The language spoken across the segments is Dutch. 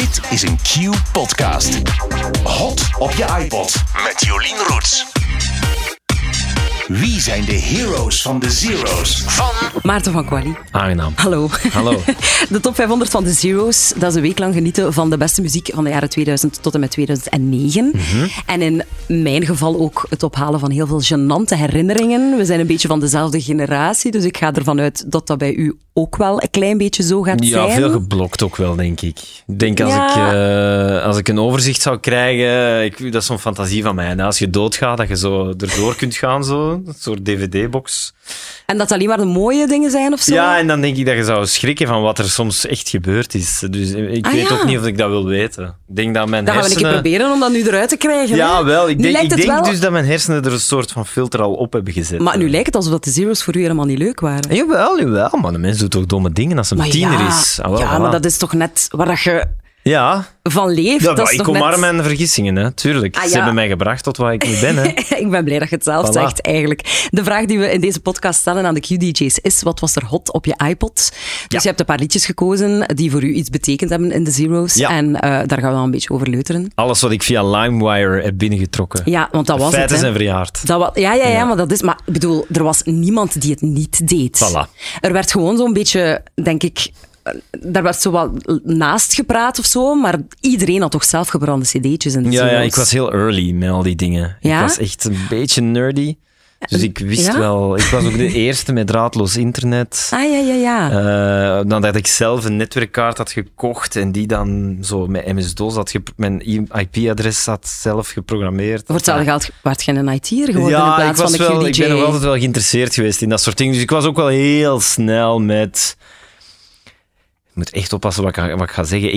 Dit is een Q-podcast. Hot op je iPod met Jolien Roets. Wie zijn de heroes van de zeros? Van Maarten van Quali. Aangenaam. Hallo. Hallo. De top 500 van de zeros, dat is een week lang genieten van de beste muziek van de jaren 2000 tot en met 2009. En in mijn geval ook het ophalen van heel veel gênante herinneringen. We zijn een beetje van dezelfde generatie, dus ik ga ervan uit dat dat bij u ook wel een klein beetje zo gaat zijn. Ja, veel geblokt ook wel, denk ik. Ik denk als ik een overzicht zou krijgen, dat is zo'n fantasie van mij. En als je doodgaat, dat je zo erdoor kunt gaan, zo, een soort dvd-box. En dat alleen maar de mooie dingen zijn of zo? Ja, en dan denk ik dat je zou schrikken van wat er soms echt gebeurd is. Dus ik weet ook niet of ik dat wil weten. Ik denk dat mijn hersenen... gaan we een keer proberen om dat nu eruit te krijgen. Ja, hè? wel. Ik denk wel... dus dat mijn hersenen er een soort van filter al op hebben gezet. Maar nu lijkt het alsof de zeros voor u helemaal niet leuk waren. Jawel. Maar de mens doet toch domme dingen als een tiener is. Ah, wel, maar dat is toch net waar dat je... Ja. Van leeft. Ja, dat is ik omarm mijn vergissingen, hè. Tuurlijk. Ze hebben mij gebracht tot waar ik nu ben. Hè. Ik ben blij dat je het zelf zegt, eigenlijk. De vraag die we in deze podcast stellen aan de Q-DJ's is, wat was er hot op je iPod? Dus je hebt een paar liedjes gekozen die voor u iets betekend hebben in de zeros. Ja. En daar gaan we dan een beetje over leuteren. Alles wat ik via LimeWire heb binnengetrokken. Ja, want dat was feiten het. zijn verjaard. Ja, maar dat is... Maar ik bedoel, er was niemand die het niet deed. Voilà. Er werd gewoon zo'n beetje, denk ik... Daar werd zo wat naast gepraat of zo, maar iedereen had toch zelf gebrande cd'tjes in de zeros. Ja, ik was heel early met al die dingen. Ja? Ik was echt een beetje nerdy. Dus ik wist wel... Ik was ook de eerste met draadloos internet. Ja. Dan dat ik zelf een netwerkkaart had gekocht en die dan zo met MS-DOS mijn IP-adres had zelf geprogrammeerd. Voor hetzelfde geld werd je een IT'er geworden in plaats van de QDJ. Ik ben nog altijd wel geïnteresseerd geweest in dat soort dingen. Dus ik was ook wel heel snel met... Ik moet echt oppassen wat ik ga zeggen.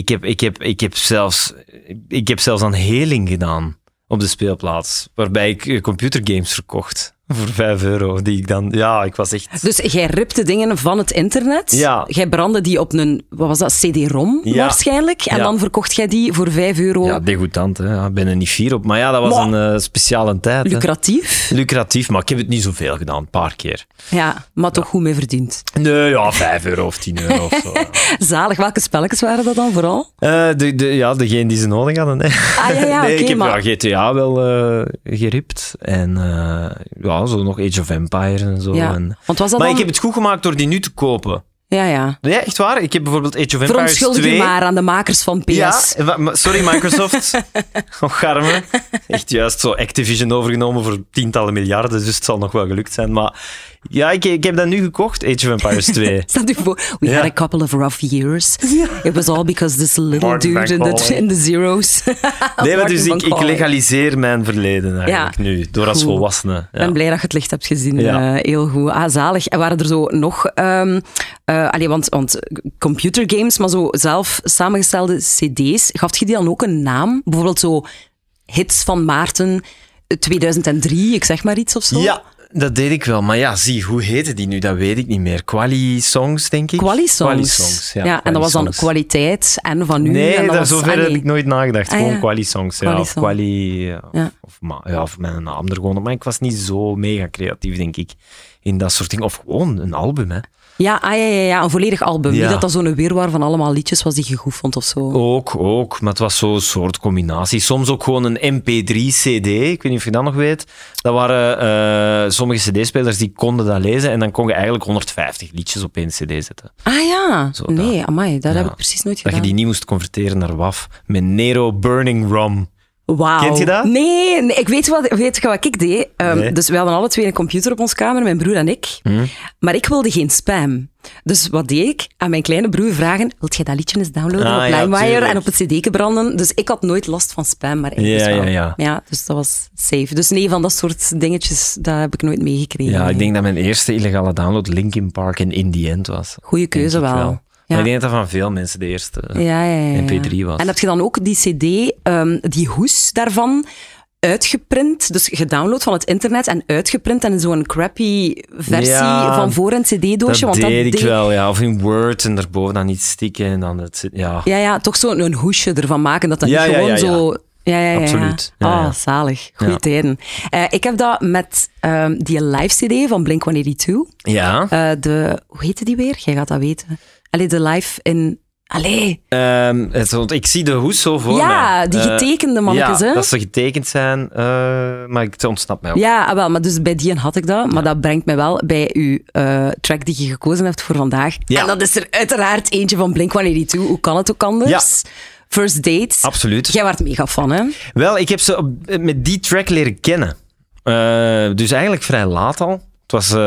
Ik heb zelfs aan heling gedaan op de speelplaats, waarbij ik computergames verkocht voor €5. Die ik dan... Ja, ik was echt... Dus jij ripte dingen van het internet. Ja. Jij brandde die op een... Wat was dat? CD-ROM waarschijnlijk. En dan verkocht jij die voor €5. Ja, degoutant. Hè. Ik ben er niet fier op. Maar ja, dat was een speciale tijd. Lucratief. Hè. Lucratief, maar ik heb het niet zoveel gedaan. Een paar keer. Ja, maar toch goed mee verdiend. Nee, ja, €5 of €10 of zo. Ja. Zalig. Welke spelletjes waren dat dan vooral? Degene die ze nodig hadden. Hè. Nee, ik heb GTA wel geript. En zo nog Age of Empires en zo. Ja. Want was dat maar dan... ik heb het goed gemaakt door die nu te kopen. Ja. Ja, echt waar. Ik heb bijvoorbeeld Age of Empires 2... Verontschuldig je maar aan de makers van PS. Ja, sorry Microsoft. Garme. Echt juist zo Activision overgenomen voor tientallen miljarden, dus het zal nog wel gelukt zijn. Maar ja, ik heb dat nu gekocht, Age of Empires 2. Stel je voor, we had a couple of rough years. It was all because this little dude in the zeros. Nee, maar dus ik legaliseer mijn verleden eigenlijk nu, door als volwassene. Ik ben blij dat je het licht hebt gezien. Heel goed. Zalig. En waren er zo nog... want computergames, maar zo zelf samengestelde cd's, gaf je die dan ook een naam? Bijvoorbeeld zo hits van Maarten 2003, ik zeg maar iets of zo? Ja, dat deed ik wel. Maar ja, hoe heette die nu? Dat weet ik niet meer. Quali-songs, denk ik. Quali-songs, ja. En dat was dan kwaliteit en van nu. Nee, zover heb ik nooit nagedacht. Gewoon quali-songs. Of met een naam er gewoon op. Maar ik was niet zo mega creatief, denk ik, in dat soort dingen. Of gewoon een album, hè. Ja, een volledig album. Niet dat zo'n wirwar van allemaal liedjes was die je goed vond of zo. Ook. Maar het was zo'n soort combinatie. Soms ook gewoon een MP3-CD. Ik weet niet of je dat nog weet. Dat waren sommige CD-spelers die konden dat lezen en dan kon je eigenlijk 150 liedjes op één CD zetten. Nee, amai, dat heb ik precies nooit gedaan. Dat je die niet moest converteren naar WAV met Nero Burning Rum. Wauw. Kent je dat? Nee, ik weet wat ik deed. Dus we hadden alle twee een computer op ons kamer, mijn broer en ik. Maar ik wilde geen spam. Dus wat deed ik? Aan mijn kleine broer vragen, wilt jij dat liedje eens downloaden op LimeWire en op het cd branden? Dus ik had nooit last van spam, maar ik wel. Ja, dus dat was safe. Dus nee, van dat soort dingetjes, dat heb ik nooit meegekregen. Ja, ik denk dat mijn eerste illegale download Linkin Park en In The End was. Goeie keuze wel. Maar ik denk dat dat van veel mensen de eerste MP3 was. En heb je dan ook die cd, die hoes daarvan, uitgeprint, dus gedownload van het internet en uitgeprint en zo'n crappy versie van voor een cd-doosje? Dat deed ik wel, ja. Of in Word en daarboven dan iets stikken en dan het... Ja, toch zo'n hoesje ervan maken, dat niet gewoon zo... Ja. Absoluut. Zalig. Goeie tijden. Ik heb dat met die live cd van Blink-182. Ja. Hoe heette die weer? Jij gaat dat weten. De live in Allee. Ik zie de hoes zo voor Ja, mij. die getekende mannetjes, hè? dat ze getekend zijn, maar het ontsnapt mij ook. Ja, wel, maar dus bij die had ik dat. Maar dat brengt mij wel bij uw track die je gekozen hebt voor vandaag. Ja. En dat is er uiteraard eentje van Blink-182. Hoe kan het ook anders? Ja. First Dates. Absoluut. Jij was mega fan, hè? Wel, ik heb ze met die track leren kennen. Dus eigenlijk vrij laat al. Het was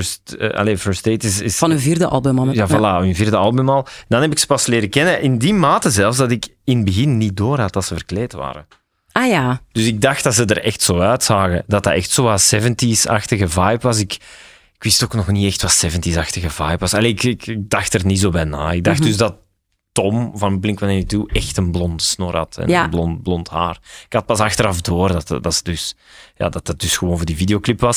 First Date is Van hun 4e album, man. Ja, voilà, hun 4e album al. Dan heb ik ze pas leren kennen. In die mate zelfs dat ik in het begin niet door had dat ze verkleed waren. Ah ja. Dus ik dacht dat ze er echt zo uitzagen. Dat echt zo wat 70s-achtige vibe was. Ik wist ook nog niet echt wat 70s-achtige vibe was. Allee, ik dacht er niet zo bij na. Ik dacht dus dat Tom van Blink-182 echt een blond snor had. En blond haar. Ik had pas achteraf door dat dus gewoon voor die videoclip was.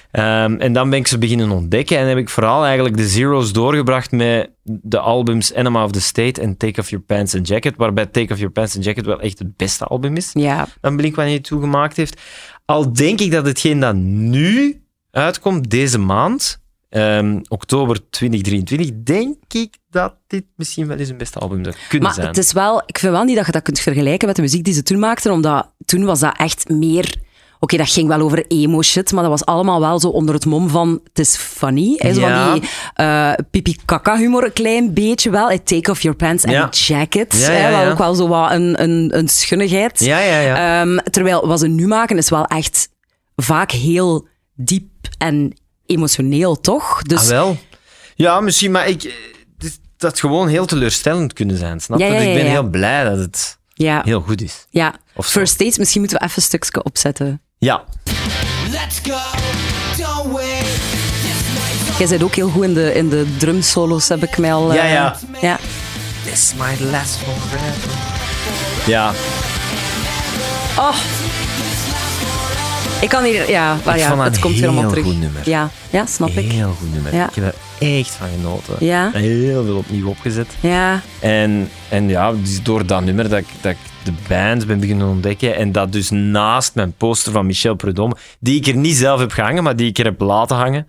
En dan ben ik ze beginnen ontdekken en heb ik vooral eigenlijk de Zeros doorgebracht met de albums Enema of the State en Take Off Your Pants and Jacket, waarbij Take Off Your Pants and Jacket wel echt het beste album is dat Blink-182 gemaakt heeft. Al denk ik dat hetgeen dat nu uitkomt, deze maand, oktober 2023, denk ik dat dit misschien wel eens een beste album zou kunnen zijn. Maar het is wel, ik vind wel niet dat je dat kunt vergelijken met de muziek die ze toen maakten, omdat toen was dat echt meer... Oké, dat ging wel over emo-shit, maar dat was allemaal wel zo onder het mom van het is funny. Hè, zo van die pipi-kaka-humor een klein beetje wel. Take Off Your Pants and Jacket. Wel ook wel zo wat een schunnigheid. Terwijl wat ze nu maken is wel echt vaak heel diep en emotioneel, toch? Dus... Ah, wel. Ja, misschien, maar dat gewoon heel teleurstellend kunnen zijn, snap je? Dus ik ben heel blij dat het heel goed is. Ja, First Dates, misschien moeten we even een stukje opzetten. Ja. Let's go, don't wait. Jij bent ook heel goed in de drumsolo's, heb ik mij al... Ja. This might last forever. Ja. Oh. Ik kan hier... Ja, maar ik vond het komt helemaal terug. Goed nummer. Ja, snap ik. Heel goed nummer. Ja. Ik heb er echt van genoten. Ja. Heel veel opnieuw opgezet. Ja. En ja, dus door dat nummer dat ik de band ben beginnen ontdekken en dat dus naast mijn poster van Michel Prudhomme, die ik er niet zelf heb gehangen, maar die ik er heb laten hangen.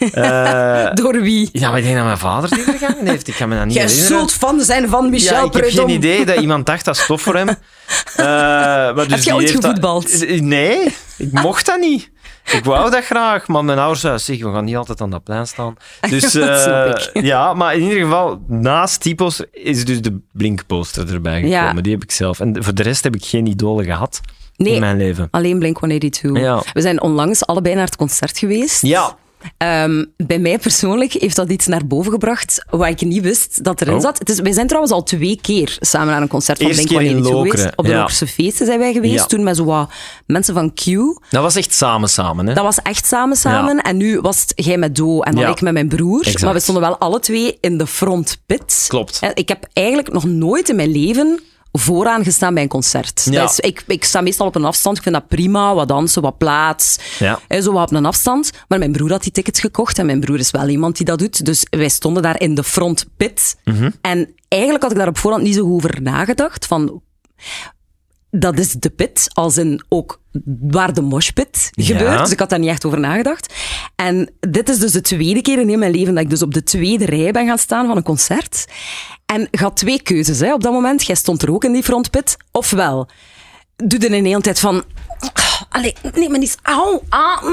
Door wie? Ja, maar ik denk dat mijn vader die er gehangen heeft. Ik kan me dat niet herinneren. Jij zult fan zijn van Michel Prudhomme. Ik heb geen idee dat iemand dacht dat is tof voor hem. Maar dus heb je ooit gevoetbald? Nee, ik mocht dat niet. Ik wou dat graag, maar mijn ouders zeiden, zeg, we gaan niet altijd aan dat plein staan. Dus dat snap ik. ja, maar in ieder geval, naast die poster is dus de Blink-poster erbij gekomen. Ja. Die heb ik zelf. En voor de rest heb ik geen idolen gehad in mijn leven. Alleen Blink-182. Ja. We zijn onlangs allebei naar het concert geweest. Ja. Bij mij persoonlijk heeft dat iets naar boven gebracht wat ik niet wist dat erin zat. Wij zijn trouwens al 2 keer samen naar een concert van Eerste keer Blink-182 in Lokeren, geweest. Op de Lokerse feesten zijn wij geweest. Ja. Toen met zo wat mensen van Q. Dat was echt samen, hè? Dat was echt samen. Ja. En nu was het jij met Do en dan ik met mijn broer. Exact. Maar we stonden wel alle 2 in de frontpit. Klopt. Ik heb eigenlijk nog nooit in mijn leven vooraan gestaan bij een concert. Ja. Dat is, ik sta meestal op een afstand. Ik vind dat prima. Wat dansen, wat plaats. Ja. Zo wat op een afstand. Maar mijn broer had die tickets gekocht. En mijn broer is wel iemand die dat doet. Dus wij stonden daar in de frontpit. En eigenlijk had ik daar op voorhand niet zo goed over nagedacht. Van... Dat is de pit, als in ook waar de moshpit gebeurt. Dus ik had daar niet echt over nagedacht. En dit is dus de 2e keer in heel mijn leven dat ik dus op de 2e rij ben gaan staan van een concert. En je had 2 keuzes op dat moment. Jij stond er ook in die frontpit. Ofwel, doe er een hele tijd van... Allee, nee, maar niet... Auw,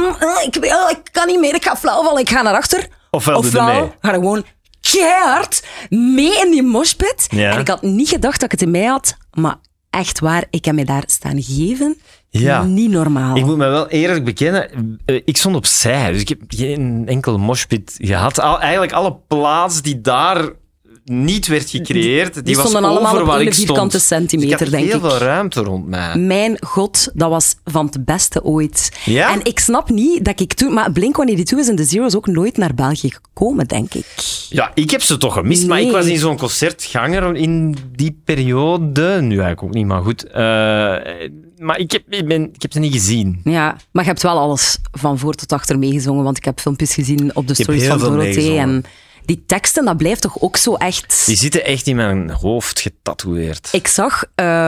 ik kan niet meer, ik ga flauw vallen, ik ga naar achter. Ofwel doe je mee. Ga er gewoon keihard mee in die moshpit. Ja. En ik had niet gedacht dat ik het in mij had, maar... Echt waar, ik heb mij daar staan geven. Ja. Niet normaal. Ik moet me wel eerlijk bekennen, ik stond opzij, dus ik heb geen enkel moshpit gehad. Eigenlijk alle plaats die daar niet werd gecreëerd, die was stonden allemaal over op waar 1 ik stond. vierkante centimeter, dus ik had denk ik. heel veel ruimte rond mij. Mijn god, dat was van het beste ooit. Ja? En ik snap niet dat ik toen... Maar Blink-182 is in de Zero's ook nooit naar België gekomen, denk ik. Ja, ik heb ze toch gemist, maar ik was in zo'n concertganger in die periode. Nu eigenlijk ook niet, maar goed. Maar ik heb ze niet gezien. Ja, maar je hebt wel alles van voor tot achter meegezongen, want ik heb filmpjes gezien op de stories heel van veel Dorothee. meegezongen. En die teksten, dat blijft toch ook zo echt... Die zitten echt in mijn hoofd getatoeëerd. Ik zag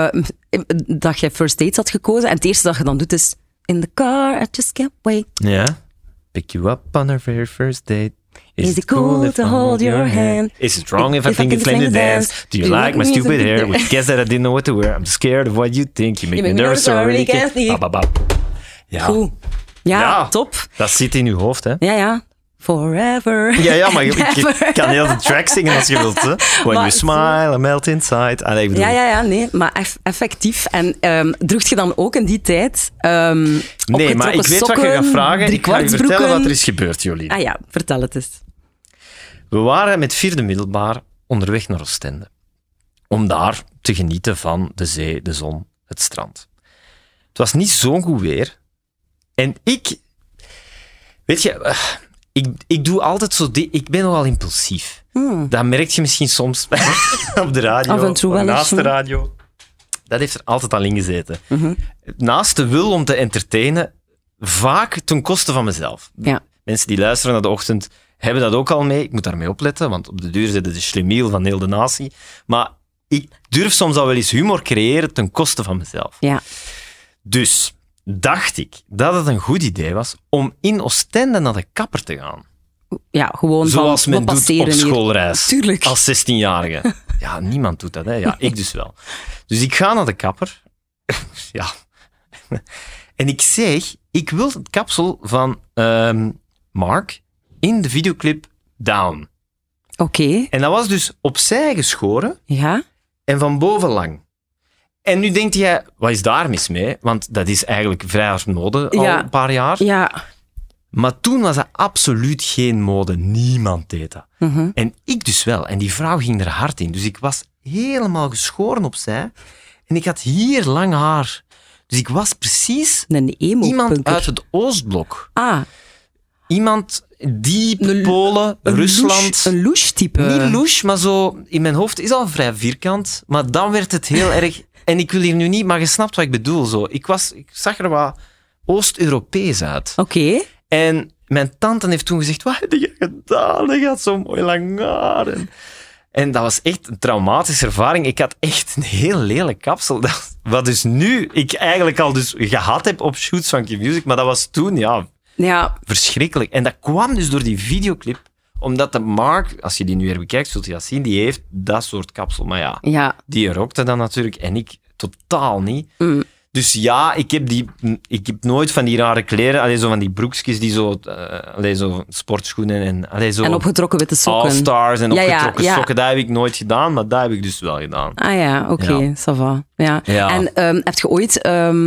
dat jij First Dates had gekozen en het eerste dat je dan doet is... In the car, I just can't wait. Ja. Pick you up on our very first date. Is it cool to hold your hand? Is it wrong if I think it's lame to dance? Do you like my stupid hair? With guess that I didn't know what to wear. I'm scared of what you think. You make me nervous so I really can't sleep. Ja. Goed. Ja, top. Dat zit in je hoofd, hè? Ja. Forever. Ja, maar ik kan heel de track zingen als je wilt. Hè? When you smile, I melt inside. Allee, ik bedoel... Nee, maar effectief. En droeg je dan ook in die tijd nee, maar ik weet wat je gaat vragen. Ik ga je vertellen wat er is gebeurd, Jolien. Ah ja, vertel het eens. We waren met 4e middelbaar onderweg naar Oostende. Om daar te genieten van de zee, de zon, het strand. Het was niet zo goed weer. En weet je, ik doe altijd zo... Ik ben nogal impulsief. Dat merk je misschien soms op de radio. Af en toe wel naast de radio. Dat heeft er altijd al in gezeten. Naast de wil om te entertainen, vaak ten koste van mezelf. Ja. Mensen die luisteren naar de ochtend hebben dat ook al mee. Ik moet daarmee opletten, want op de duur zit het de schlemiel van heel de natie. Maar ik durf soms al wel eens humor creëren ten koste van mezelf. Ja. Dus dacht ik dat het een goed idee was om in Oostende naar de kapper te gaan. Ja, gewoon zoals van, men doet op schoolreis. Tuurlijk. Als 16-jarige. Ja, niemand doet dat, hè. Ja, ik dus wel. Dus ik ga naar de kapper. Ja. En ik zeg, ik wil het kapsel van Mark in de videoclip Down. Oké. En dat was dus opzij geschoren Ja. en van boven lang. En nu denkt jij, wat is daar mis mee? Want dat is eigenlijk vrij hard mode al een paar jaar. Ja. Maar toen was dat absoluut geen mode. Niemand deed dat. En ik dus wel. En die vrouw ging er hard in. Dus ik was helemaal geschoren opzij. En ik had hier lang haar. Dus ik was precies Een iemand uit het Oostblok. Ah. Iemand diep Polen, Rusland. Een louche-type. Niet louche, maar zo... In mijn hoofd is al vrij vierkant. Maar dan werd het heel erg... En ik wil hier nu niet... Maar je snapt wat ik bedoel. Zo. Ik zag er wat Oost-Europees uit. Oké. En mijn tante heeft toen gezegd, wat heb je gedaan? Je had zo mooi lang haar. En dat was echt een traumatische ervaring. Ik had echt een heel lelijk kapsel. Wat dus nu ik eigenlijk al dus gehad heb op shoots van Q-Music. Maar dat was toen, Ja. verschrikkelijk. En dat kwam dus door die videoclip. Omdat de Mark, als je die nu weer bekijkt, zult je dat zien, die heeft dat soort kapsel. Maar Ja. die rockte dan natuurlijk. En ik totaal niet. Dus ja, ik heb nooit van die rare kleren, alleen zo van die broekjes die zo, zo sportschoenen en zo. En opgetrokken witte sokken. All-stars en opgetrokken ja. sokken, dat heb ik nooit gedaan, maar dat heb ik dus wel gedaan. Ah ja, oké, ça va. Ja. Ja. En heb je ooit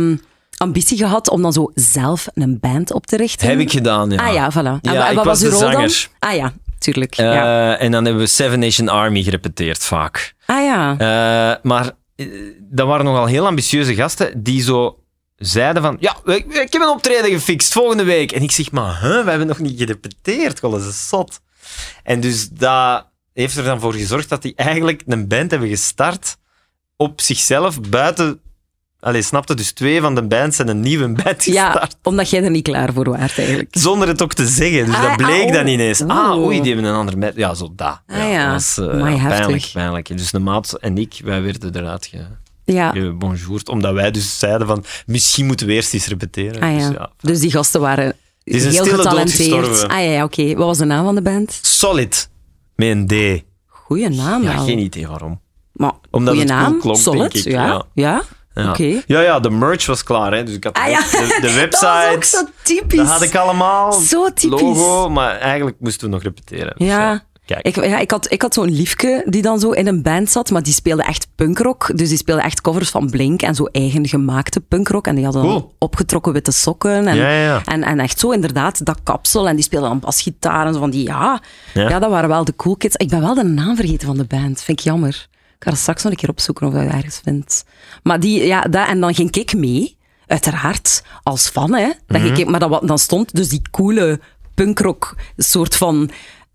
ambitie gehad om dan zo zelf een band op te richten? Heb ik gedaan, ja. Ah ja, voilà. Ja, en ik was uw de rol zanger. dan? Ah ja, tuurlijk. En dan hebben we Seven Nation Army gerepeteerd, vaak. Ah ja. Maar dat waren nogal heel ambitieuze gasten die zo zeiden van, ja, ik heb een optreden gefixt volgende week. En ik zeg, maar we hebben nog niet gerepeteerd, dat is zot. En dus dat heeft er dan voor gezorgd dat die eigenlijk een band hebben gestart op zichzelf, buiten... snapte, dus 2 van de bands zijn een nieuwe band Ja, gestart. omdat jij er niet klaar voor waart eigenlijk. Zonder het ook te zeggen. Dus dat bleek dan ineens. Oei, die hebben een andere band. Ja, zo dat. ja. Dat was Amai, heftig. pijnlijk. Dus de maat en ik, wij werden eruit Ja. gebonjourd, omdat wij dus zeiden van, misschien moeten we eerst eens repeteren. Ah ja. Dus die gasten waren is een heel stille dood getalenteerd. gestorven. Ah ja, oké. Wat was de naam van de band? Solid. Met een D. Goeie naam Ja, wel. geen idee waarom. Maar, Omdat goeie het naam. cool klonk, Solid, denk ik. ja. Ja. Oké. Ja, de merch was klaar. Hè. Dus ik had de website. Dat was ook zo typisch. Dat had ik allemaal. Zo typisch. Logo, maar eigenlijk moesten we nog repeteren. Ja. Kijk. Ik had zo'n liefke die dan zo in een band zat, maar die speelde echt punkrock. Dus die speelde echt covers van Blink en zo eigen gemaakte punkrock. En die hadden dan opgetrokken witte sokken. En, en echt zo inderdaad dat kapsel. En die speelde dan basgitaar en zo van die, ja, dat waren wel de cool kids. Ik ben wel de naam vergeten van de band. Vind ik jammer. Ik ga er straks nog een keer opzoeken of ik dat ergens vind. Maar en dan ging ik mee, uiteraard, als fan. Hè. Maar dan stond dus die coole punkrock soort van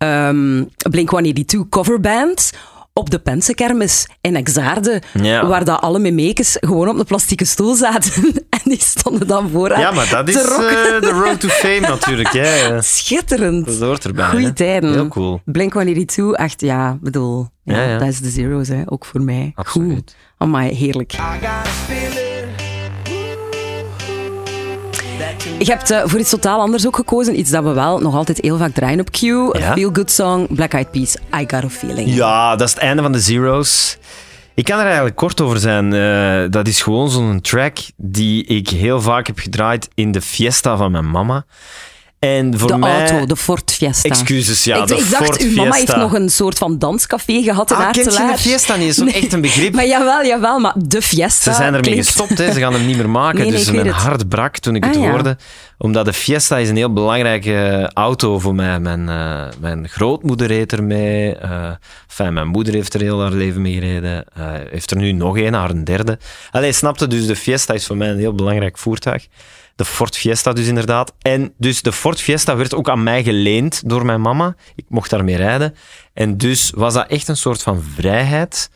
Blink-182 coverband op de Pensekermis in Exaarde, waar dat alle memeekes gewoon op een plastieke stoel zaten en die stonden dan vooraan. Ja, maar dat is de road to fame natuurlijk. Hè. Schitterend. Dat hoort erbij. Goeie tijden. Heel cool. Blink-182, echt, bedoel, dat is de zeros, hè, ook voor mij. Absoluut. Goed. Amai, heerlijk. I got a feeling. Je hebt voor iets totaal anders ook gekozen. Iets dat we wel nog altijd heel vaak draaien op Q. Een feel-good song, Black Eyed Peas, I Got a Feeling. Ja, dat is het einde van de Zeros. Ik kan er eigenlijk kort over zijn. Dat is gewoon zo'n track die ik heel vaak heb gedraaid in de fiesta van mijn mama. En voor de mij... auto, de Ford Fiesta. Excuses, ja, de ik Ford dacht, uw mama Fiesta. heeft nog een soort van danscafé gehad in Aartselaar. Kent je de Fiesta niet? Dat is toch echt een begrip? Maar jawel, maar de Fiesta Ze zijn ermee klinkt... gestopt, hè. Ze gaan hem niet meer maken. Nee, dus ik weet mijn het. hart brak toen ik het hoorde. Omdat de Fiesta is een heel belangrijke auto voor mij. Mijn grootmoeder reed ermee. Mijn moeder heeft er heel haar leven mee gereden. Heeft er nu nog een, haar derde. Allee, snapte, dus de Fiesta is voor mij een heel belangrijk voertuig. De Ford Fiesta dus inderdaad. En dus de Ford Fiesta werd ook aan mij geleend door mijn mama. Ik mocht daarmee rijden. En dus was dat echt een soort van vrijheid.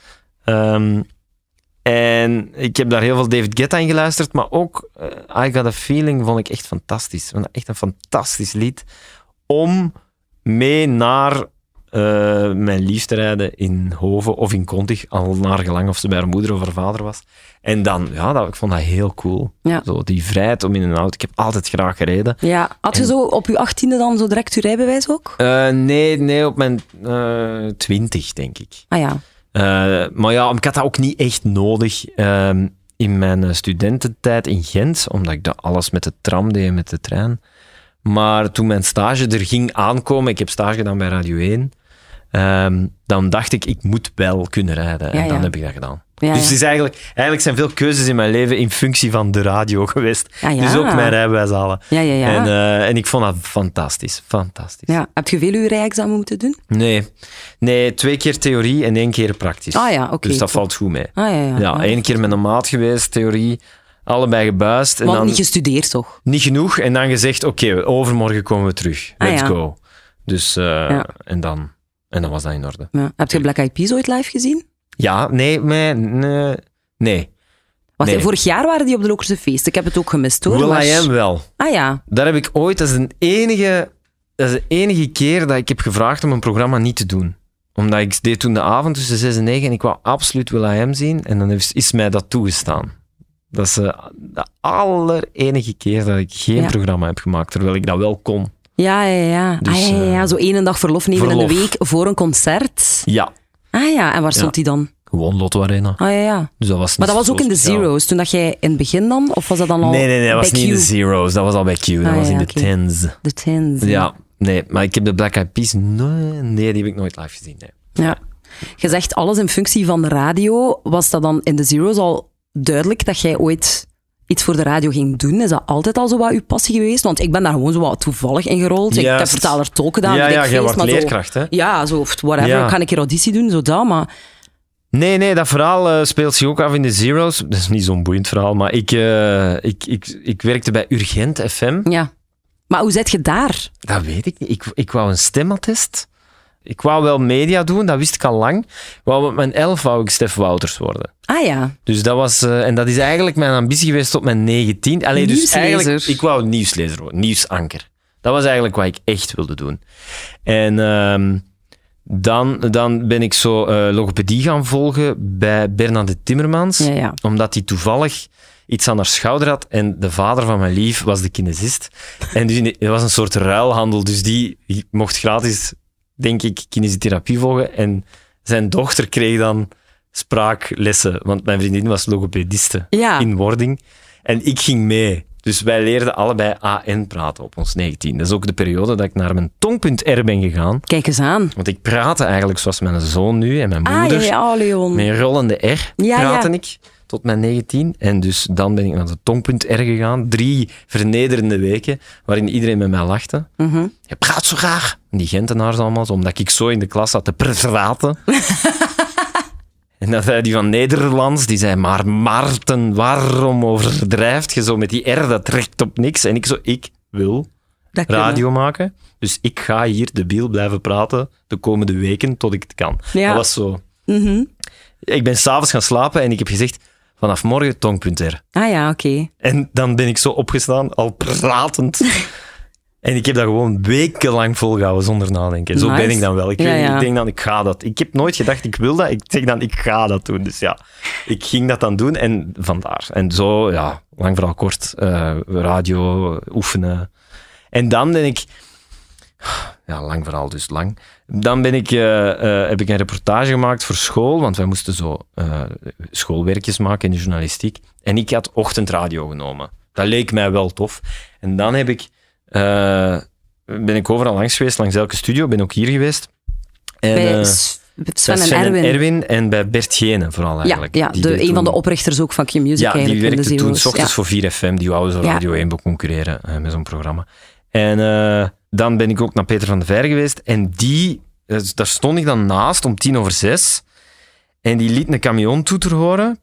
En ik heb daar heel veel David Guetta in geluisterd, maar ook I Got a Feeling vond ik echt fantastisch. Ik vond dat echt een fantastisch lied om mee naar mijn lief te rijden in Hoven of in Kontig, al naar gelang of ze bij haar moeder of haar vader was. En dan, ik vond dat heel cool. Ja. Zo, die vrijheid om in een auto. Ik heb altijd graag gereden. Ja, had je zo op je 18e dan zo direct je rijbewijs ook? Nee, op mijn 20, denk ik. Ah ja. Maar ja, ik had dat ook niet echt nodig in mijn studententijd in Gent, omdat ik dat alles met de tram deed en met de trein. Maar toen mijn stage er ging aankomen, ik heb stage gedaan bij Radio 1, dan dacht ik moet wel kunnen rijden. En dan heb ik dat gedaan. Ja, dus het is eigenlijk zijn veel keuzes in mijn leven in functie van de radio geweest. Dus ook mijn rijbewijs halen. Ja. En ik vond dat fantastisch. Fantastisch. Ja. Heb je veel je rijexamen moeten doen? Nee, 2 keer theorie en 1 keer praktisch. Ah ja, oké. Dus dat valt goed mee. Ja, 1 keer met een maat geweest, theorie, allebei gebuist. En Want dan niet gestudeerd, toch? niet genoeg en dan gezegd, oké, overmorgen komen we terug. Let's go. Dus, en dan was dat in orde. Ja. Heb je Black Eyed Peas ooit live gezien? Ja, nee. Vorig jaar waren die op de Lokerse Feest. Ik heb het ook gemist, hoor. Will I Am wel. Ah ja. Daar heb ik ooit, dat is de enige keer dat ik heb gevraagd om een programma niet te doen. Omdat ik deed toen de avond tussen 6 en 9 en ik wou absoluut Will I Am zien. En dan is mij dat toegestaan. Dat is de allerenige keer dat ik geen programma heb gemaakt, terwijl ik dat wel kon. Ja. Dus, zo 1 dag verlof nemen in de week voor een concert. Ja. Ah ja, en waar stond die dan? Gewoon Lotto Arena. Ah ja. Dus dat was maar dat was ook in de Zeros, toen dat jij in het begin dan? Of was dat dan al Nee, dat was bij niet Q? in de Zeros. Dat was al bij Q. Dat was in de Tens. De Tens. Ja, nee. Maar ik heb de Black Eyed Peas... Nee, die heb ik nooit live gezien. Nee. Ja. Je zegt alles in functie van de radio. Was dat dan in de Zeros al duidelijk dat jij ooit iets voor de radio ging doen? Is dat altijd al zo wat uw passie geweest? Want ik ben daar gewoon zo wat toevallig in gerold. Ik heb vertaler tolk gedaan. Ja, jij wordt maar leerkracht, hè? Ja, zo of whatever. Ja. Ik ga een keer auditie doen, zo dat, maar... Nee, dat verhaal speelt zich ook af in de Zeros. Dat is niet zo'n boeiend verhaal, maar ik werkte bij Urgent FM. Ja. Maar hoe zit je daar? Dat weet ik niet. Ik wou een stemattest. Ik wou wel media doen, dat wist ik al lang. Met mijn 11 wou ik Stef Wouters worden. Ah ja. Dus dat was... en dat is eigenlijk mijn ambitie geweest tot mijn 19. Allee, dus eigenlijk, ik wou nieuwslezer worden, nieuwsanker. Dat was eigenlijk wat ik echt wilde doen. En dan ben ik zo logopedie gaan volgen bij Bernadette Timmermans. Ja. Omdat hij toevallig iets aan haar schouder had en de vader van mijn lief was de kinesist. En dus het was een soort ruilhandel, dus die mocht gratis, denk ik, kinesiotherapie volgen. En zijn dochter kreeg dan spraaklessen, want mijn vriendin was logopediste in wording. En ik ging mee. Dus wij leerden allebei AN praten op ons 19. Dat is ook de periode dat ik naar mijn tongpunt-R ben gegaan. Kijk eens aan. Want ik praatte eigenlijk zoals mijn zoon nu en mijn moeder. Leon. Met een rollende R praatte ik tot mijn 19. En dus dan ben ik naar de tongpunt-R gegaan. 3 vernederende weken, waarin iedereen met mij lachte. Mm-hmm. Je praat zo graag. En die Gentenaars allemaal, omdat ik zo in de klas zat te praten. En dan zei die van Nederlands, die zei, maar Maarten, waarom overdrijft je zo met die R, dat trekt op niks. En ik wil radio maken, dus ik ga hier debiel blijven praten de komende weken tot ik het kan. Ja. Dat was zo. Mm-hmm. Ik ben 's avonds gaan slapen en ik heb gezegd, vanaf morgen tong.r. Ah ja, oké. En dan ben ik zo opgestaan, al pratend. En ik heb dat gewoon wekenlang volgehouden zonder nadenken. Zo Nice. ben ik dan wel. Ik denk dan, ik ga dat. Ik heb nooit gedacht, ik wil dat. Ik zeg dan, ik ga dat doen. Dus ja, ik ging dat dan doen en vandaar. En zo, ja, lang verhaal kort, radio, oefenen. En dan ben ik... Ja, lang verhaal, dus lang. Dan heb ik een reportage gemaakt voor school, want wij moesten zo schoolwerkjes maken in de journalistiek. En ik had ochtendradio genomen. Dat leek mij wel tof. En dan ben ik overal langs geweest, langs elke studio. Ben ook hier geweest. En, Bij bij Sven en Erwin. En bij Bert Gene vooral eigenlijk. Ja, een van de oprichters ook van Q-Music Ja, die eigenlijk. werkte in de toen Zero's. 's ochtends voor 4FM. Die wouden zo Radio 1 concurreren met zo'n programma. En dan ben ik ook naar Peter van de Veire geweest. En daar stond ik dan naast om 5:10. En die liet een camiontoeter horen.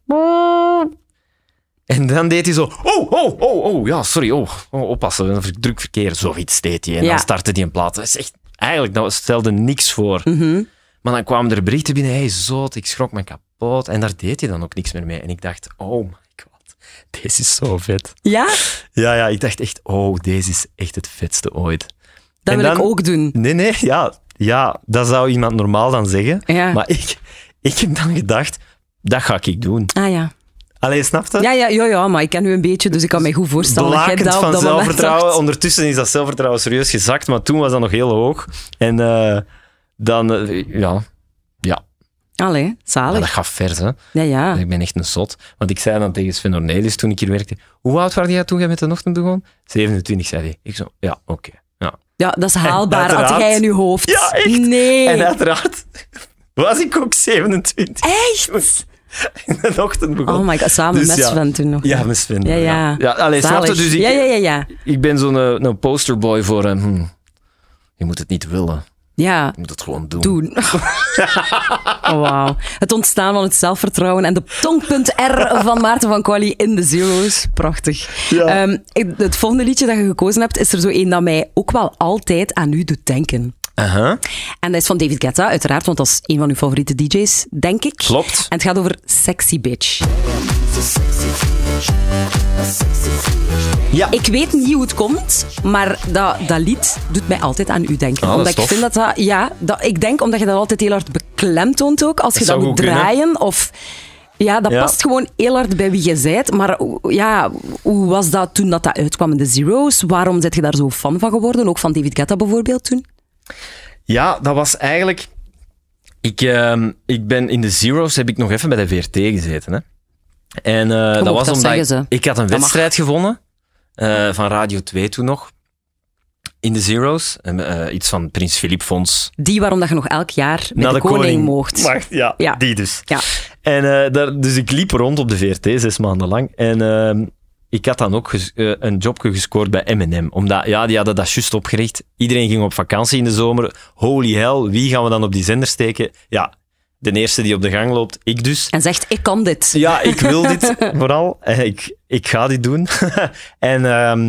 En dan deed hij zo... Oh, ja, sorry. Oppassen, druk verkeer. Zoiets deed hij. En dan startte hij een plaat. Dat is echt... Eigenlijk, dat stelde niks voor. Mhm. Maar dan kwamen er berichten binnen. Hey, zoot, ik schrok me kapot. En daar deed hij dan ook niks meer mee. En ik dacht, oh my god, deze is zo vet. Ja? Ja, ik dacht echt, deze is echt het vetste ooit. Dat En wil dan- ik ook doen. Nee, ja, dat zou iemand normaal dan zeggen. Ja. Maar ik heb dan gedacht, dat ga ik doen. Ah ja. Allee, snap je? Ja, maar ik ken u een beetje, dus ik kan me goed voorstellen dat jij Blakend dat op van dat moment zelfvertrouwen. dacht. Ondertussen is dat zelfvertrouwen serieus gezakt, maar toen was dat nog heel hoog. En ja, Allee, maar zalig. dat gaat vers, hè. Ja. Ik ben echt een zot. Want ik zei dan tegen Sven Ornelis toen ik hier werkte, hoe oud was jij toen jij met de ochtend begon? 27, zei hij. Ik zo, ja, oké. Ja. Ja, dat is haalbaar. uiteraard- Had jij in je hoofd. Ja, echt. Nee. En uiteraard was ik ook 27. Echt? In de ochtend begon. Oh my god, samen Dus met ja. Sven toen nog. Ja, met Sven. Ja. Ja, allee, snap je? Zalig. Dus Ja. ik ben zo'n een posterboy voor... je moet het niet willen. Ja, Je moet het gewoon doen. doen. Oh, wauw. Het ontstaan van het zelfvertrouwen en de tongpunt R van Maarten van Quali in de Zero's. Prachtig. Ja. Het volgende liedje dat je gekozen hebt, is er zo een dat mij ook wel altijd aan u doet denken. Aha. En dat is van David Guetta, uiteraard, want dat is een van uw favoriete DJ's, denk ik. Klopt. En het gaat over Sexy Bitch. Ja. Ik weet niet hoe het komt, maar dat lied doet mij altijd aan u denken. Ah, dat omdat is ik vind ik denk omdat je dat altijd heel hard beklemtoont ook. Als je dat zou moet goed kunnen. draaien of... Ja, dat Ja. past gewoon heel hard bij wie je bent. Maar ja, hoe was dat toen dat uitkwam in de Zero's? Waarom ben je daar zo fan van geworden? Ook van David Guetta bijvoorbeeld toen? Ja, dat was eigenlijk... Ik ben in de Zero's heb ik nog even bij de VRT gezeten. Hè. En dat mocht was dat omdat zeggen, ze. ik had een Dat mag. wedstrijd gewonnen van Radio 2 toen nog. In de Zero's. Iets van Prins Philip Fonds. Die waarom dat je nog elk jaar met Naar de koning moogt. Ja, Ja. die dus. Ja. En dus ik liep rond op de VRT 6 maanden lang. En ik had dan ook een jobje gescoord bij M&M. Omdat, die hadden dat juist opgericht. Iedereen ging op vakantie in de zomer. Holy hell, wie gaan we dan op die zender steken? Ja, de eerste die op de gang loopt, ik dus. En zegt, ik kan dit. Ja, ik wil dit vooral. Ik ga dit doen. En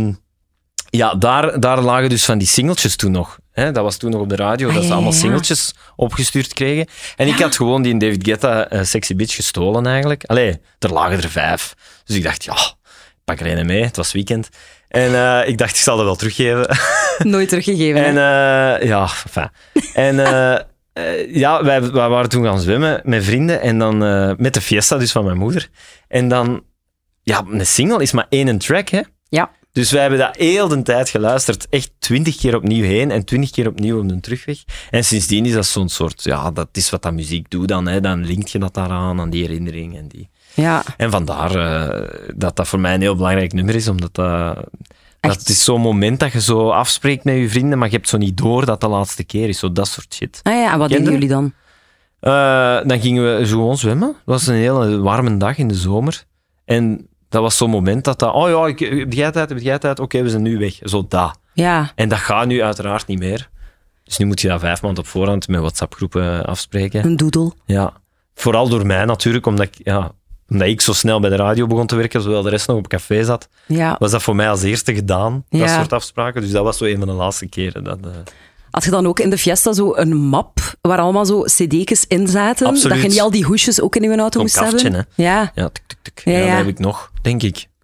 daar lagen dus van die singeltjes toen nog. Hè? Dat was toen nog op de radio, dat ze allemaal singeltjes opgestuurd kregen. En ik had gewoon die David Guetta Sexy Bitch gestolen eigenlijk. Allee, er lagen er 5. Dus ik dacht, pak er een mee. Het was weekend. En ik dacht, ik zal dat wel teruggeven. Nooit teruggegeven. En hè? enfin. En wij waren toen gaan zwemmen met vrienden en dan met de fiesta dus van mijn moeder. En dan, een single is maar 1 track, hè. Ja. Dus wij hebben dat heel de tijd geluisterd. Echt 20 keer opnieuw heen en 20 keer opnieuw op de terugweg. En sindsdien is dat zo'n soort, dat is wat dat muziek doet dan, hè. Dan linkt je dat daaraan, aan die herinnering en die... Ja. En vandaar dat voor mij een heel belangrijk nummer is, omdat dat is zo'n moment dat je zo afspreekt met je vrienden, maar je hebt zo niet door dat de laatste keer is. Zo dat soort shit. Ah ja, en wat Ken deden je? jullie dan? Dan gingen we gewoon zwemmen. Het was een hele warme dag in de zomer. En dat was zo'n moment dat heb jij tijd? Oké, we zijn nu weg. Zo dat. Ja. En dat gaat nu uiteraard niet meer. Dus nu moet je dat 5 maanden op voorhand met WhatsApp-groepen afspreken. Een doodle. Ja. Vooral door mij natuurlijk, omdat ik zo snel bij de radio begon te werken, terwijl de rest nog op café zat, Ja. was dat voor mij als eerste gedaan, dat Ja. soort afspraken. Dus dat was zo een van de laatste keren. Had je dan ook in de Fiesta zo een map waar allemaal zo cd'tjes in zaten? Absoluut. Dat je niet al die hoesjes ook in je auto Zo'n moest kaftje, hebben? hè. Ja. Ja, tuk, tuk, tuk. Ja, Ja, ja. dat heb ik nog, denk ik.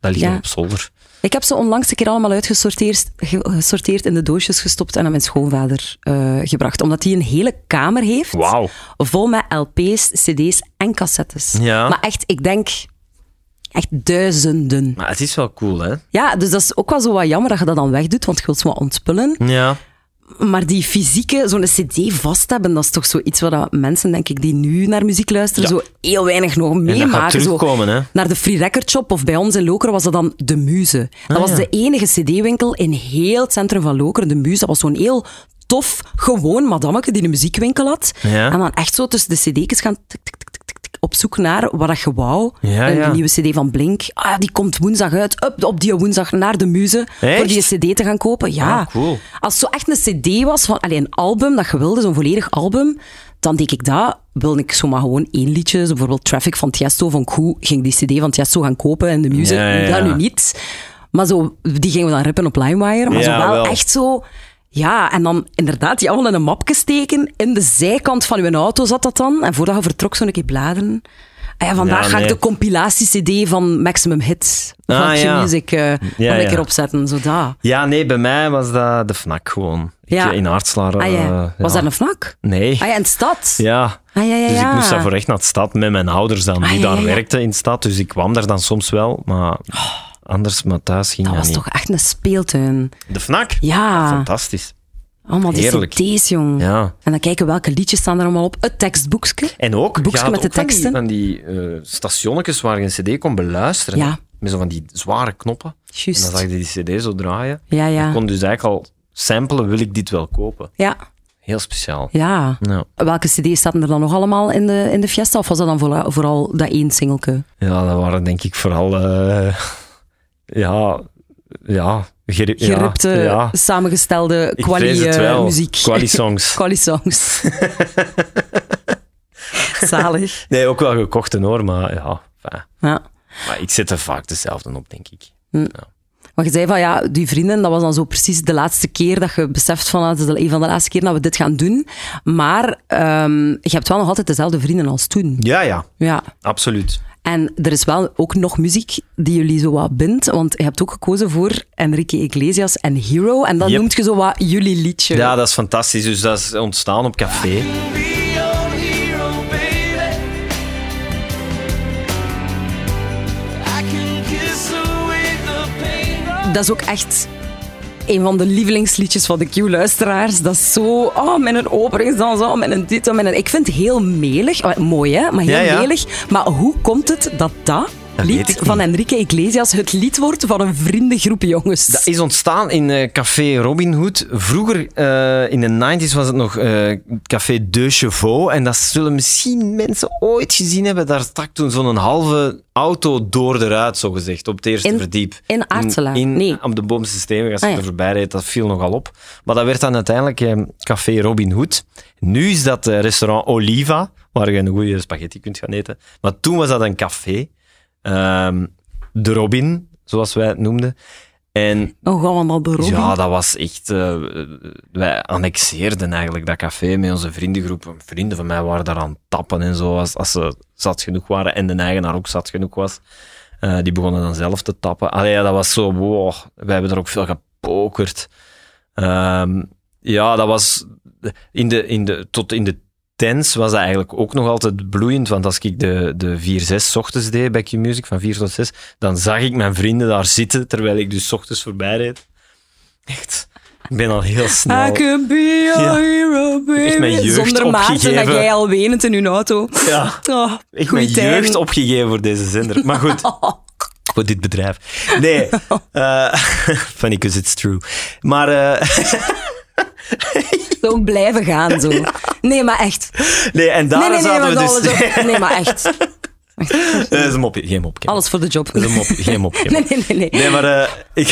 Dat ligt Ja. nog op zolder. Ik heb ze onlangs een keer allemaal gesorteerd in de doosjes gestopt en aan mijn schoonvader gebracht. Omdat hij een hele kamer heeft, Wauw. vol met LP's, CD's en cassettes. Ja. Maar echt, ik denk, echt duizenden. Maar het is wel cool, hè? Ja, dus dat is ook wel zo wat jammer dat je dat dan wegdoet, want je wilt ze wat ontspullen. Ja. Maar die fysieke, zo'n cd vast hebben, dat is toch zoiets wat dat mensen, denk ik, die nu naar muziek luisteren, Ja. zo heel weinig nog En dat gaat meemaken. Zo terugkomen, hè? naar de Free Record Shop of bij ons in Lokeren was dat dan De Muze. Dat was ja. de enige cd-winkel in heel het centrum van Lokeren. De Muze, dat was zo'n heel tof, gewoon madammeke die een muziekwinkel had. Ja. En dan echt zo tussen de cd'tjes gaan tik, tik, tik, tik, tik, op zoek naar wat dat je wou. Ja, Een ja. nieuwe cd van Blink. Ah, die komt woensdag uit. Op die woensdag naar De Muze. Echt? Voor die cd te gaan kopen. Ja. Ah, cool. Als het zo echt een cd was, van een album dat je wilde, zo'n volledig album, dan denk ik dat, wilde ik zomaar gewoon 1 liedje, zo bijvoorbeeld Traffic van Tiesto, van Koe, ging die cd van Tiesto gaan kopen in De Muze. Ja. Dat nu niet. Maar zo, die gingen we dan rippen op LimeWire. Maar Ja, zo wel wel. echt zo... Ja, en dan inderdaad die allemaal in een mapje steken. In de zijkant van uw auto zat dat dan. En voordat je vertrok, zo'n keer bladeren. Ah ja, vandaag Ja, ga ik nee. de compilatie-cd van Maximum Hits van Ah, ja. Q-Music nog Ja. een keer opzetten. Zo dat. Ja, nee, bij mij was dat de FNAC gewoon. Ja. In Aartslaar. Ah, ja. Was ja. dat een FNAC? Nee. Ah ja, in de stad? Ja. Ah, ja. Dus ik moest daarvoor echt naar de stad met mijn ouders dan, die Ah, ja, daar ja. werkten in de stad. Dus ik kwam daar dan soms wel, maar anders, maar thuis ging Dat dat was niet. toch echt een speeltuin. De FNAC? Ja. Fantastisch. Allemaal die Heerlijk. cd's, jong. Ja. En dan kijken welke liedjes staan er allemaal op. Het tekstboekje. En ook, Boekje je had met de ook van die- teksten. van die stationnetjes waar je een cd kon beluisteren. Ja. Met zo van die zware knoppen. En Juist. dan zag je die cd zo draaien. Ja, Je ja. kon dus eigenlijk al samplen, wil ik dit wel kopen. Ja. Heel speciaal. Ja. Ja. Welke cd's zaten er dan nog allemaal in de Fiesta? Of was dat dan vooral dat 1 singeltje? Ja, dat waren denk ik vooral... Geripte, ja. samengestelde Ik vrees het wel. muziek. Quali-songs. Quali-songs. Zalig. Nee, ook wel gekochte hoor, maar ja. Fijn. Ja. Maar ik zet er vaak dezelfde op, denk ik. Maar je zei van ja, die vrienden, dat was dan zo precies de laatste keer dat je beseft van het is een van de laatste keer dat we dit gaan doen. Maar je hebt wel nog altijd dezelfde vrienden als toen. Ja, Ja. absoluut. En er is wel ook nog muziek die jullie zo wat bindt, want je hebt ook gekozen voor Enrique Iglesias en Hero. En dan Yep. noemt je zo wat jullie liedje. Ja, dat is fantastisch. Dus dat is ontstaan op café. Be your hero, baby. I can kiss away the pain. Dat is ook echt een van de lievelingsliedjes van de Q-luisteraars. Dat is zo, met een openingsdans, met een dit, met een... Ik vind het heel melig. Mooi, hè? Maar heel Ja. melig. Maar hoe komt het dat weet lied ik van niet. Enrique Iglesias het lied wordt van een vriendengroep jongens? Dat is ontstaan in Café Robin Hood. Vroeger, in de 90s, was het nog Café De Chevaux. En dat zullen misschien mensen ooit gezien hebben. Daar stak toen zo'n halve auto door de ruit, zogezegd, op het eerste verdiep. in Aartselaar? Nee. Op de bovenste steenweg, als je Ah, ja. er voorbij reed, dat viel nogal op. Maar dat werd dan uiteindelijk Café Robin Hood. Nu is dat restaurant Oliva, waar je een goede spaghetti kunt gaan eten. Maar toen was dat een café. De Robin, zoals wij het noemden. En Oh, gaan we naar de Robin? ja, dat was echt... wij annexeerden eigenlijk dat café met onze vriendengroep. Vrienden van mij waren daar aan het tappen en zo, als ze zat genoeg waren en de eigenaar ook zat genoeg was. Die begonnen dan zelf te tappen. Allee, ja, dat was zo... Wow, wij hebben er ook veel gepokerd. Ja, dat was... Tot in de tens was dat eigenlijk ook nog altijd bloeiend, want als ik de 4-6 ochtends deed bij Q-Music, van 4 tot 6, dan zag ik mijn vrienden daar zitten, terwijl ik dus ochtends voorbij reed. Echt, ik ben al heel snel... I can be your Ja. hero, baby. Echt mijn jeugd Zonder Maarten opgegeven. dat jij al wenend in uw auto. Ja, Oh, echt goeie mijn tijden. jeugd opgegeven voor deze zender. Maar goed, voor dit bedrijf. Nee, funny because it's true. Maar... Ook blijven gaan, zo. Nee, maar echt. nee, en daar Nee, zaten maar we alles dus... op. Nee, maar echt. Dat is een mopje, geen mopje. Alles voor de job. Dat is een mopje, geen mopje. Nee. Nee, maar ik...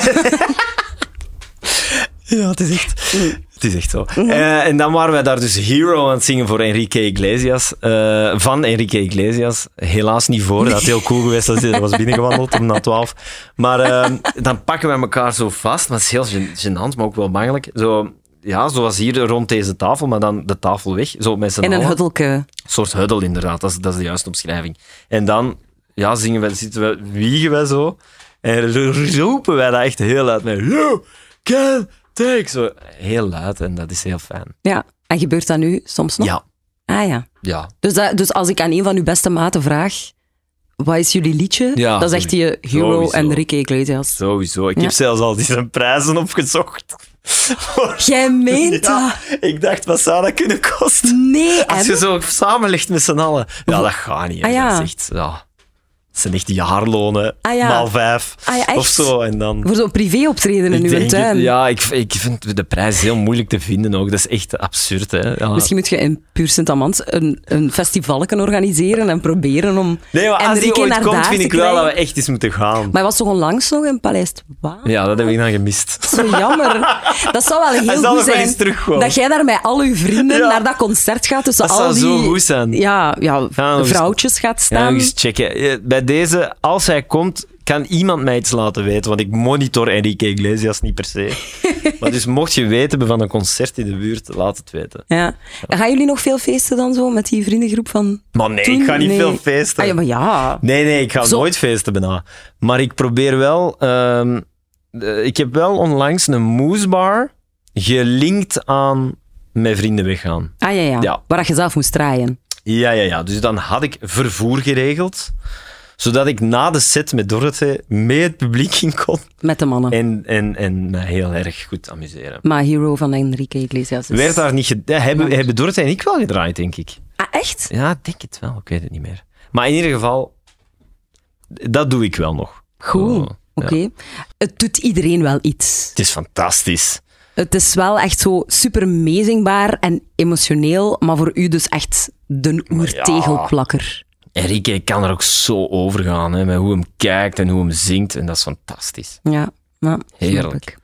ja, het is echt... Het is echt zo. En dan waren wij daar dus Hero aan het zingen voor Enrique Iglesias. Van Enrique Iglesias. Helaas niet voor. Dat had heel cool geweest als hij was binnengewandeld om na 12. Maar dan pakken wij elkaar zo vast. Maar het is heel gênant, maar ook wel bangelijk. Zo, ja, zoals hier rond deze tafel, maar dan de tafel weg. Zo met z'n In een allen. huddelke. Een soort huddle, inderdaad. Dat is de juiste omschrijving. En dan zitten we, wiegen wij zo. En roepen wij dat echt heel luid met you can take. Zo heel luid en dat is heel fijn. Ja, en gebeurt dat nu soms nog? Ja. Ah ja. Ja. Dus als ik aan een van uw beste maten vraag, wat is jullie liedje? Ja, dan zegt hij Hero sowieso. en Enrique Iglesias. Sowieso. Ik heb zelfs al die zijn prijzen opgezocht. Jij meent Ja, ik dacht, wat zou dat kunnen kosten? dat? Nee, Als en? je zo samen ligt met z'n allen. Ja, dat gaat niet. Hè. Ah, ja. Dat is echt, ja. Dat zijn echt jaarlonen, Ah, ja. maal 5 Ah, ja, echt? of zo. En dan... Voor zo'n privé-optreden in Ik uw denk tuin. het, ja, ik vind de prijs heel moeilijk te vinden ook. Dat is echt absurd, hè. Ja. Misschien moet je in Puur Sint-Amand een festivalken organiseren en proberen om Nee, maar als die Enrique ooit naar komt, daar vind te ik wel krijgen. dat we echt eens moeten gaan. Maar hij was toch onlangs nog in Paleis Waal? Ja, dat heb ik dan gemist. Zo jammer. Dat zou wel Hij heel zal goed nog wel zijn eens terugkomen. dat jij daar met al uw vrienden Ja. naar dat concert gaat tussen Dat al zou die zo goed zijn. Ja, nog eens- vrouwtjes gaat Ja, staan. nog eens checken. Bij deze, als hij komt, kan iemand mij iets laten weten, want ik monitor Enrique Iglesias niet per se. Maar dus mocht je weten hebben van een concert in de buurt, laat het weten. Ja. Gaan jullie nog veel feesten dan zo met die vriendengroep van Maar nee, toen? ik ga niet Nee. veel feesten. Ah ja, maar ja. Nee, ik ga Zo- nooit feesten bijna. Maar ik probeer wel... ik heb wel onlangs een moesbar gelinkt aan met vrienden weggaan. Ah ja. Ja. Waar dat je zelf moest draaien. Ja. Dus dan had ik vervoer geregeld, zodat ik na de set met Dorothee mee het publiek in kon Met de mannen. en me heel erg goed amuseren. Maar Hero van Enrique Iglesias is... Werd daar niet hebben Dorothee en ik wel gedraaid, denk ik. Ah, echt? Ja, ik denk het wel. Ik weet het niet meer. Maar in ieder geval, dat doe ik wel nog. Goed. Zo, Oké. ja. Het doet iedereen wel iets. Het is fantastisch. Het is wel echt zo super meezingbaar en emotioneel, maar voor u dus echt de oertegelplakker. Enrique kan er ook zo over gaan, hè, met hoe hem kijkt en hoe hem zingt. En dat is fantastisch. Ja, snap Heerlijk. ik.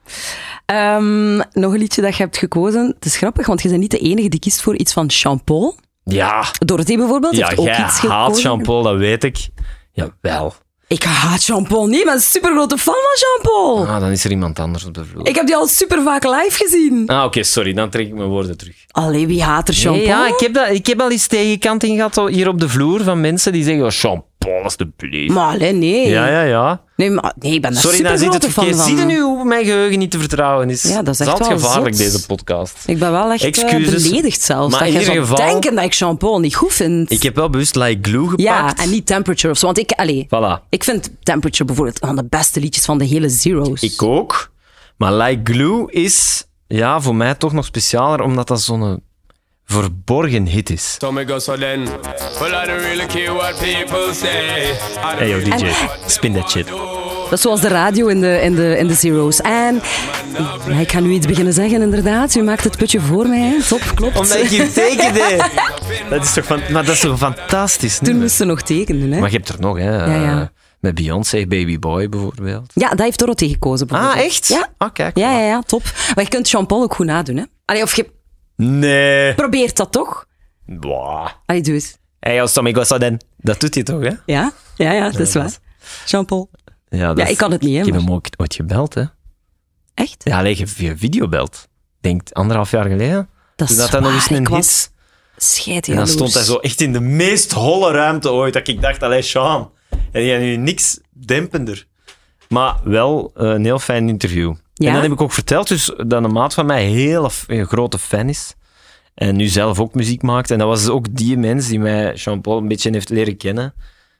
Nog een liedje dat je hebt gekozen. Het is grappig, want je bent niet de enige die kiest voor iets van Jean-Paul. Ja, Dorothee bijvoorbeeld heeft ook jij iets gekozen. haat Jean-Paul, dat weet ik. Jawel. Ik haat Jean-Paul niet, ik ben een supergrote fan van Jean-Paul. Ah, dan is er iemand anders op de vloer. Ik heb die al super vaak live gezien. Ah, oké, sorry. Dan trek ik mijn woorden terug. Allee, wie haat er Jean-Paul? Nee, ja, ik heb al eens tegenkanting gehad hier op de vloer van mensen die zeggen, oh, Jean-Paul, alsjeblieft. Maar allee, nee. Ja. Nee, ik ben daar Sorry, dan zit het supergrote fan verkeerd. van. Zie je nu hoe mijn geheugen niet te vertrouwen is? Ja, dat is echt altijd wel gevaarlijk, zot. deze podcast. Ik ben wel echt Excuses. beledigd zelfs. Maar dat in jij ieder zou geval- denken dat ik Jean-Paul niet goed vind. Ik heb wel bewust Like Glue gepakt. Ja, en niet Temperature of zo. Want Voilà. ik vind Temperature bijvoorbeeld een van de beste liedjes van de hele Zero's. Ik ook. Maar Like Glue is ja, voor mij toch nog specialer, omdat dat zo'n verborgen hit is. So me go so then. Well, I don't really care what people say. Hey yo, DJ, spin that shit. Dat is zoals de radio in de Zero's. En ja, ik ga nu iets beginnen zeggen, inderdaad. U maakt het putje voor mij. Hè. Top, klopt. Omdat ik hier tekende. Dat is toch maar dat is toch fantastisch Toen nummer? moest ze nog tekenen. Hè. Maar je hebt er nog, hè. Ja. Met Beyoncé, Baby Boy bijvoorbeeld. Ja, dat heeft Dorothee gekozen. bijvoorbeeld. Ah, echt? Ja. Ah, kijk. Ja, top. Maar je kunt Jean-Paul ook goed nadoen. Hè. Allee, of je Nee. probeert dat toch? Blah. Allee, doe eens. Hey, yo, Sammy Gosaden. Dat doet hij toch, hè? Ja, dat is waar. Jean-Paul. Ja, Ja, ik kan het niet, hè. Ik heb maar- hem ook ooit gebeld, hè. Echt? Ja, alleen via videobeld. Denk 1,5 jaar geleden. Dat Toen is dat nog eens waar. een Ik hit. was scheidt En dan stond hij zo echt in de meest holle ruimte ooit. Dat ik dacht, allee, Sean. En jij nu niks dempender. Maar wel een heel fijn interview. Ja? En dan heb ik ook verteld dus, dat een maat van mij een grote fan is. En nu zelf ook muziek maakt. En dat was ook die mens die mij Jean-Paul een beetje heeft leren kennen.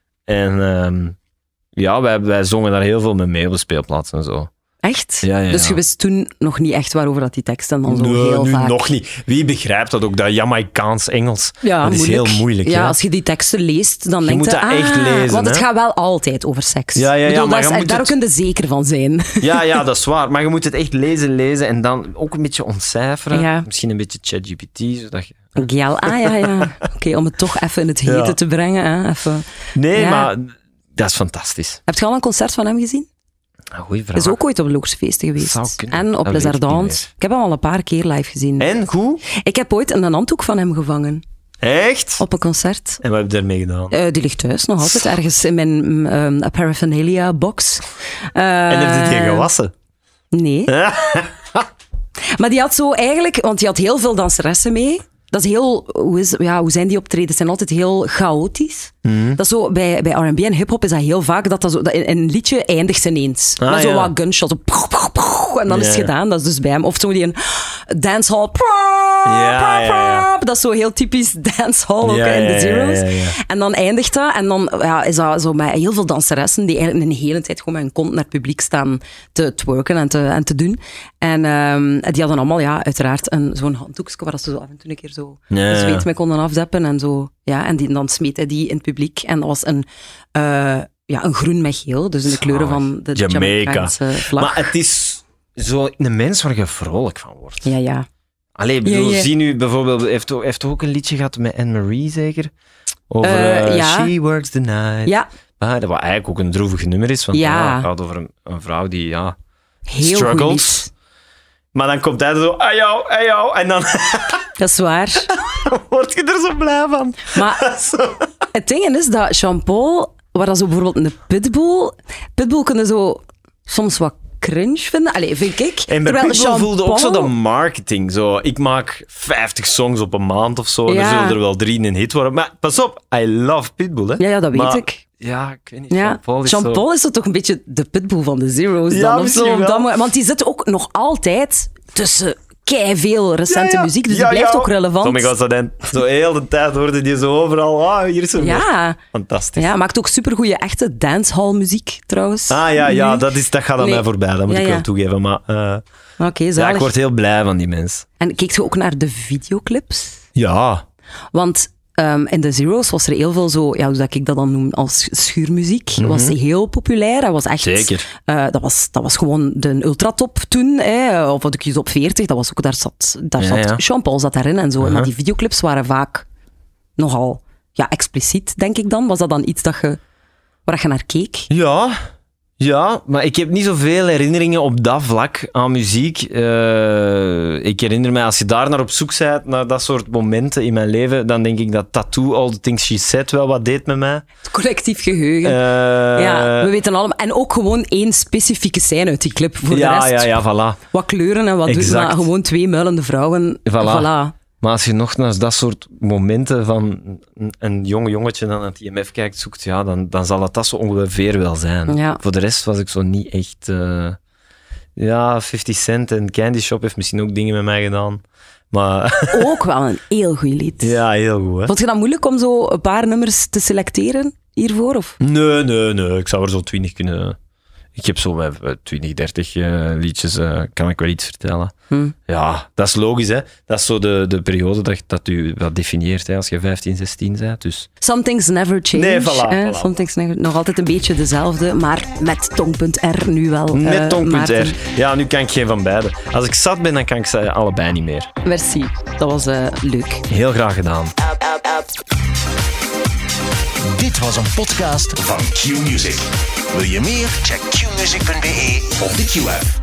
En ja, wij zongen daar heel veel mee op de speelplaats en zo. Echt? Ja. Dus je wist toen nog niet echt waarover dat die teksten dan zo Nee, heel nu vaak... nog niet. Wie begrijpt dat ook, dat Jamaicaans Engels? Ja, dat is heel moeilijk. Ja, hè? als je die teksten leest, dan denk moet je... dat echt lezen, want het hè? gaat wel altijd over seks. Ja, Ik bedoel, maar dat je is- moet daar het- kun je zeker van zijn. Ja, dat is waar. Maar je moet het echt lezen en dan ook een beetje ontcijferen. Ja. Misschien een beetje ChatGPT, zodat je... Ja. Oké, om het toch even in het hete Ja. te brengen. Hè? Even. Nee, Ja. maar dat is fantastisch. Heb je al een concert van hem gezien? Goeie vraag. Hij is ook ooit op Loersfeesten geweest. Zou kunnen. En op Dat Les weet ik niet Ardentes. meer. Ik heb hem al een paar keer live gezien. En, goed? Ik heb ooit een handdoek van hem gevangen. Echt? Op een concert. En wat heb je daarmee gedaan? Die ligt thuis nog altijd, ergens in mijn paraphernalia-box. En heb je die gewassen? Nee. Maar die had zo eigenlijk... Want die had heel veel danseressen mee. Dat is heel... Hoe zijn die optredens? Het zijn altijd heel chaotisch. Dat is zo, bij R&B en hip-hop is dat heel vaak dat een liedje eindigt ineens. Met zo wat gunshots. En dan is het gedaan. Dat is dus bij hem. Of zo die een dancehall. Dat is zo heel typisch dancehall ook in de Zeros. Ja. En dan eindigt dat. En dan is dat zo met heel veel danseressen die eigenlijk een hele tijd gewoon met hun kont naar het publiek staan te twerken en te doen. En die hadden allemaal, uiteraard, zo'n handdoekje waar ze zo af en toe een keer zo de zweet mee konden afdeppen en zo. Ja, en dan smeet hij die in het publiek. En dat was een groen met geel, dus in de kleuren van de Jamaicaanse vlag. Maar het is zo een mens waar je vrolijk van wordt. Ja. Allee, bedoel, zie nu bijvoorbeeld, heeft ook een liedje gehad met Anne-Marie, zeker? Over She Works the Night. Ja. Dat wat eigenlijk ook een droevig nummer is, want het gaat over een vrouw die heel struggles. Maar dan komt hij zo, jou, en dan... Dat is waar. Word je er zo blij van. Maar het ding is dat Jean-Paul, waar dat zo bijvoorbeeld een Pitbull kunnen zo soms wat cringe vinden. Allee, vind ik. En bij Pitbull voelde ook zo de marketing. Zo, ik maak 50 songs op een maand of zo. Er zullen er wel 3 in een hit worden. Maar pas op, I love Pitbull. Hè. Ja, dat weet ik. Ja, ik weet niet. Jean-Paul is zo toch een beetje de Pitbull van de Zeros. Ja, dan, of zo. Want die zit ook nog altijd tussen veel recente muziek, dus die blijft ook relevant. Tommy Gossadin, zo heel de tijd hoorde die zo overal, hier is er fantastisch. Ja, maakt ook supergoeie echte dancehall muziek trouwens. Dat gaat aan mij voorbij, dat moet ik wel toegeven. Maar ik word heel blij van die mens. En keek je ook naar de videoclips? Ja. Want in de Zeros was er heel veel zo, hoe zou ik dat dan noem, als schuurmuziek. Was heel populair. Dat was echt... Zeker. Dat was gewoon de ultratop toen, of de Q-top 40. Dat was ook, daar zat Jean-Paul zat daarin en zo. Maar die videoclips waren vaak nogal expliciet, denk ik dan. Was dat dan iets waar je naar keek? Ja, maar ik heb niet zoveel herinneringen op dat vlak aan muziek. Ik herinner mij, als je daar naar op zoek bent, naar dat soort momenten in mijn leven, dan denk ik dat Tattoo, All the Things She Said, wel wat deed met mij. Het collectief geheugen. We weten allemaal. En ook gewoon 1 specifieke scène uit die clip. Voor de rest, voilà. Wat kleuren en wat doen, maar gewoon 2 muilende vrouwen. Voilà. Maar als je nog naar dat soort momenten van een jong jongetje dan naar het IMF kijkt, zoekt, dan zal het dat zo ongeveer wel zijn. Ja. Voor de rest was ik zo niet echt... 50 Cent en Candy Shop heeft misschien ook dingen met mij gedaan. Maar... Ook wel een heel goed lied. Ja, heel goed. Hè? Vond je dat moeilijk om zo een paar nummers te selecteren hiervoor? Of? Nee. Ik zou er zo 20 kunnen... Ik heb zo 20, 30 liedjes, kan ik wel iets vertellen. Ja, dat is logisch, hè. Dat is zo de periode dat u wat definieert, hè, als je 15, 16 bent. Dus. Some things never change. Nee, voilà. Some things nog altijd een beetje dezelfde, maar met tong.r nu wel. Met tong.r. Ja, nu kan ik geen van beide. Als ik zat ben, dan kan ik ze allebei niet meer. Merci, dat was leuk. Heel graag gedaan. Dit was een podcast van Q-Music. Wil je meer? Check qmusic.be of de Q-app.